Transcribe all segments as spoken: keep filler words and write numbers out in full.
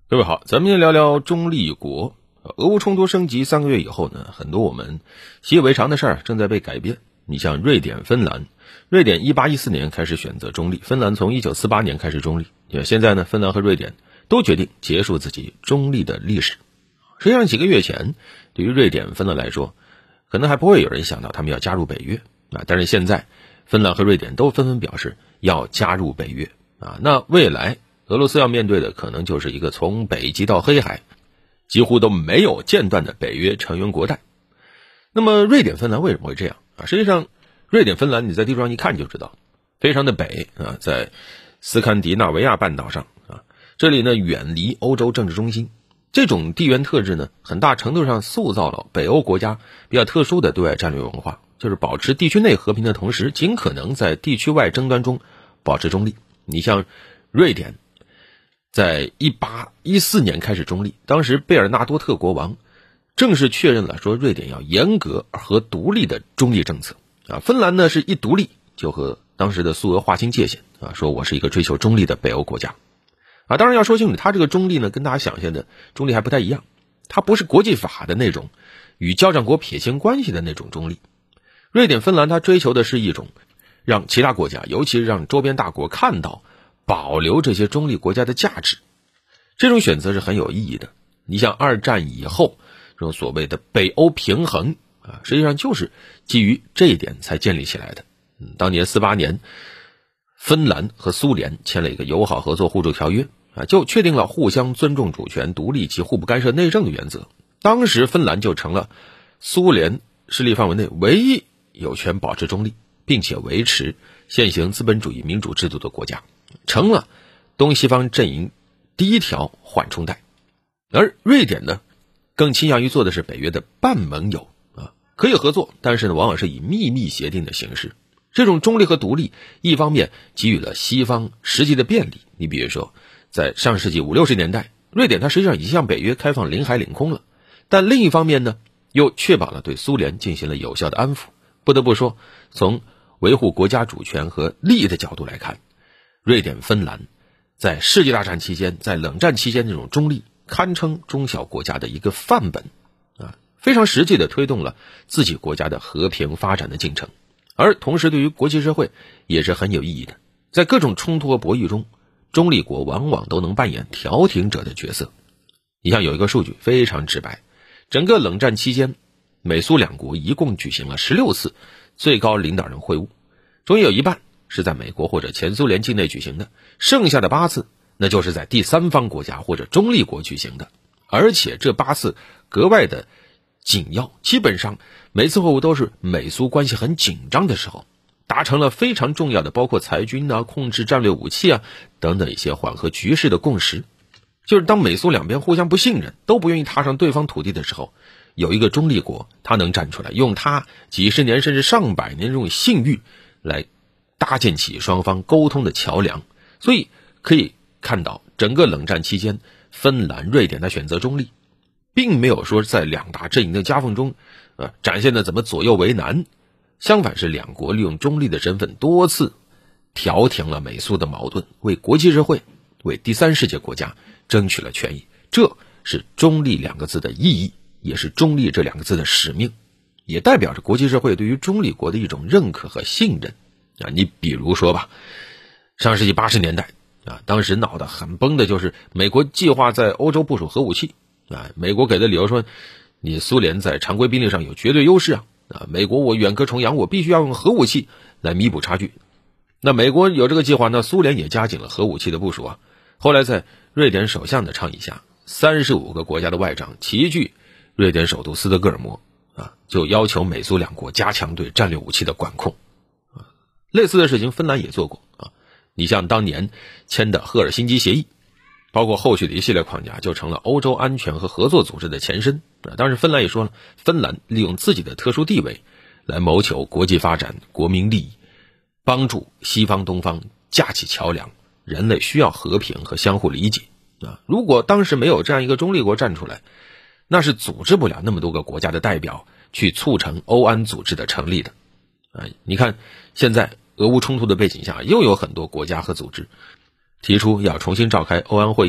各位好，咱们先聊聊中立国。俄乌冲突升级三个月以后呢，很多我们习以为常的事儿正在被改变。你像瑞典、芬兰，瑞典一八一四年开始选择中立，芬兰从一九四八年开始中立。现在呢，芬兰和瑞典都决定结束自己中立的历史。实际上几个月前，对于瑞典、芬兰来说，可能还不会有人想到他们要加入北约啊。但是现在，芬兰和瑞典都纷纷表示要加入北约啊。那未来俄罗斯要面对的可能就是一个从北极到黑海几乎都没有间断的北约成员国带。那么瑞典、芬兰为什么会这样啊？实际上，瑞典、芬兰你在地图上一看就知道，非常的北啊，在斯堪的纳维亚半岛上啊，这里呢远离欧洲政治中心。这种地缘特质呢，很大程度上塑造了北欧国家比较特殊的对外战略文化，就是保持地区内和平的同时，尽可能在地区外争端中保持中立。你像瑞典在一八一四年开始中立，当时贝尔纳多特国王正式确认了说瑞典要严格和独立的中立政策啊。芬兰呢是一独立就和当时的苏俄划清界限啊，说我是一个追求中立的北欧国家啊。当然要说清楚，他这个中立呢跟大家想象的中立还不太一样，它不是国际法的那种与交战国撇清关系的那种中立。瑞典、芬兰它追求的是一种让其他国家，尤其是让周边大国看到保留这些中立国家的价值，这种选择是很有意义的。你像二战以后这种所谓的北欧平衡啊，实际上就是基于这一点才建立起来的。嗯，当年四八年，芬兰和苏联签了一个友好合作互助条约啊，就确定了互相尊重主权、独立及互不干涉内政的原则。当时芬兰就成了苏联势力范围内唯一有权保持中立，并且维持现行资本主义民主制度的国家，成了东西方阵营第一条缓冲带。而瑞典呢，更倾向于做的是北约的半盟友啊，可以合作，但是呢，往往是以秘密协定的形式。这种中立和独立，一方面给予了西方实际的便利，你比如说，在上世纪五六十年代，瑞典它实际上已经向北约开放领海领空了，但另一方面呢，又确保了对苏联进行了有效的安抚。不得不说，从维护国家主权和利益的角度来看，瑞典、芬兰在世界大战期间，在冷战期间这种中立，堪称中小国家的一个范本啊，非常实际的推动了自己国家的和平发展的进程。而同时对于国际社会也是很有意义的，在各种冲突和博弈中，中立国往往都能扮演调停者的角色。你像有一个数据非常直白，整个冷战期间，美苏两国一共举行了十六次最高领导人会晤，中有一半是在美国或者前苏联境内举行的，剩下的八次那就是在第三方国家或者中立国举行的。而且这八次格外的紧要，基本上每次会晤都是美苏关系很紧张的时候，达成了非常重要的包括裁军啊、控制战略武器啊等等一些缓和局势的共识。就是当美苏两边互相不信任，都不愿意踏上对方土地的时候，有一个中立国，他能站出来，用他几十年甚至上百年这种信誉来搭建起双方沟通的桥梁。所以可以看到，整个冷战期间，芬兰、瑞典的选择中立，并没有说在两大阵营的夹缝中呃，展现的怎么左右为难，相反是两国利用中立的身份多次调停了美苏的矛盾，为国际社会、为第三世界国家争取了权益。这是中立两个字的意义，也是中立这两个字的使命，也代表着国际社会对于中立国的一种认可和信任啊。你比如说吧，上世纪八十年代啊，当时闹得很崩的就是美国计划在欧洲部署核武器啊，美国给的理由说，你苏联在常规兵力上有绝对优势啊，啊，美国我远隔重洋，我必须要用核武器来弥补差距。那美国有这个计划呢，苏联也加紧了核武器的部署啊。后来在瑞典首相的倡议下，三十五个国家的外长齐聚瑞典首都斯德哥尔摩啊，就要求美苏两国加强对战略武器的管控啊。类似的事情芬兰也做过啊，你像当年签的赫尔辛基协议，包括后续的一系列框架，就成了欧洲安全和合作组织的前身啊。当时芬兰也说了，芬兰利用自己的特殊地位来谋求国际发展、国民利益，帮助西方东方架起桥梁。人类需要和平和相互理解啊！如果当时没有这样一个中立国站出来，那是组织不了那么多个国家的代表去促成欧安组织的成立的啊！你看，现在俄乌冲突的背景下，又有很多国家和组织提出要重新召开欧安会议，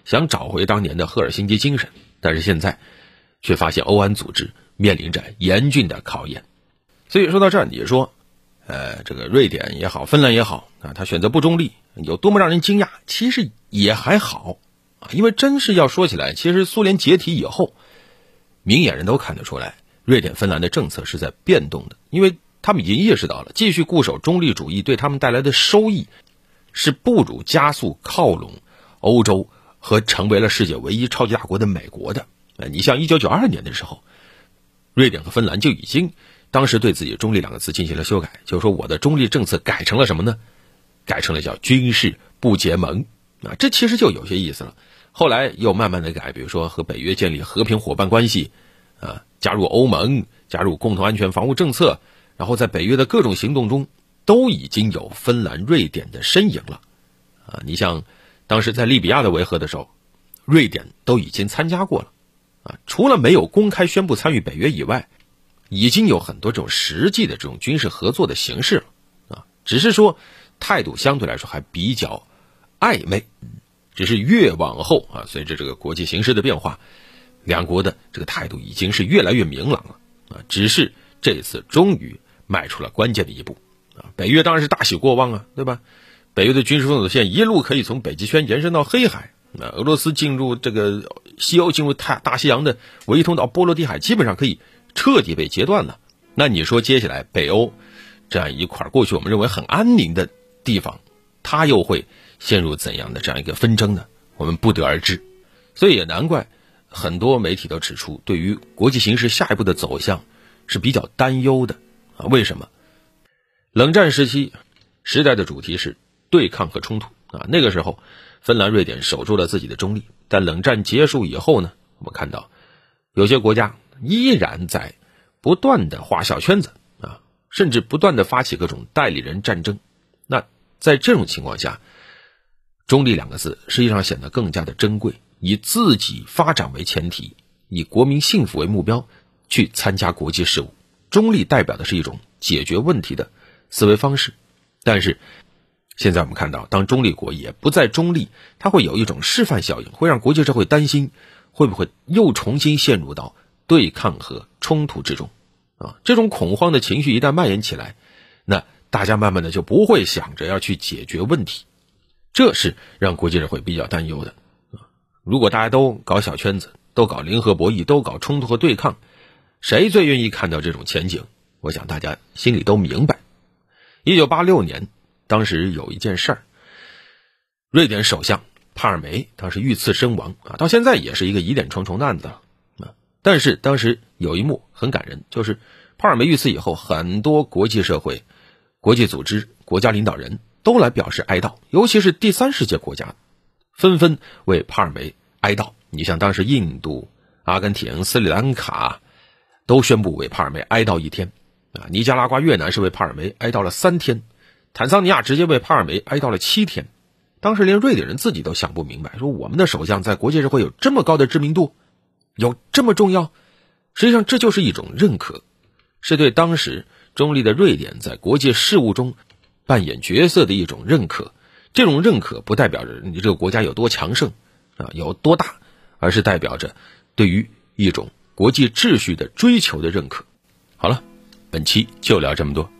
想找回当年的赫尔辛基精神，但是现在却发现欧安组织面临着严峻的考验。所以说到这儿，你说呃，这个瑞典也好，芬兰也好啊，他选择不中立有多么让人惊讶？其实也还好啊，因为真是要说起来，其实苏联解体以后，明眼人都看得出来，瑞典芬兰的政策是在变动的，因为他们已经意识到了，继续固守中立主义对他们带来的收益是不如加速靠拢欧洲和成为了世界唯一超级大国的美国的。你像一九九二年的时候，瑞典和芬兰就已经当时对自己中立两个词进行了修改，就是说我的中立政策改成了什么呢？改成了叫军事不结盟啊，这其实就有些意思了。后来又慢慢的改，比如说和北约建立和平伙伴关系啊，加入欧盟，加入共同安全防务政策，然后在北约的各种行动中都已经有芬兰、瑞典的身影了啊。你像当时在利比亚的维和的时候，瑞典都已经参加过了啊，除了没有公开宣布参与北约以外，已经有很多这种实际的这种军事合作的形式了啊，只是说态度相对来说还比较暧昧，只是越往后啊，随着这个国际形势的变化，两国的这个态度已经是越来越明朗了啊，只是这次终于迈出了关键的一步啊，北约当然是大喜过望啊，对吧？北约的军事封锁线一路可以从北极圈延伸到黑海，那俄罗斯进入这个西欧，进入太大西洋的唯一通道波罗的海基本上可以彻底被截断了。那你说接下来北欧这样一块过去我们认为很安宁的地方，它又会陷入怎样的这样一个纷争呢？我们不得而知。所以也难怪很多媒体都指出，对于国际形势下一步的走向是比较担忧的啊。为什么？冷战时期时代的主题是对抗和冲突啊，那个时候芬兰、瑞典守住了自己的中立，但冷战结束以后呢，我们看到有些国家依然在不断的画小圈子啊，甚至不断的发起各种代理人战争。那在这种情况下，中立两个字实际上显得更加的珍贵，以自己发展为前提，以国民幸福为目标去参加国际事务。中立代表的是一种解决问题的思维方式，但是现在我们看到，当中立国也不再中立，它会有一种示范效应，会让国际社会担心会不会又重新陷入到对抗和冲突之中啊！这种恐慌的情绪一旦蔓延起来，那大家慢慢的就不会想着要去解决问题，这是让国际社会比较担忧的啊！如果大家都搞小圈子，都搞零和博弈，都搞冲突和对抗，谁最愿意看到这种前景？我想大家心里都明白。一九八六年当时有一件事儿，瑞典首相帕尔梅当时遇刺身亡啊，到现在也是一个疑点重重的案子啊。但是当时有一幕很感人，就是帕尔梅遇刺以后，很多国际社会、国际组织、国家领导人都来表示哀悼，尤其是第三世界国家纷纷为帕尔梅哀悼。你像当时印度、阿根廷、斯里兰卡都宣布为帕尔梅哀悼一天啊，尼加拉瓜、越南是为帕尔梅哀悼了三天，坦桑尼亚直接为帕尔梅哀悼了七天。当时连瑞典人自己都想不明白，说我们的首相在国际社会有这么高的知名度，有这么重要？实际上这就是一种认可，是对当时中立的瑞典在国际事务中扮演角色的一种认可。这种认可不代表着你这个国家有多强盛啊，有多大，而是代表着对于一种国际秩序的追求的认可。好了，本期就聊这么多。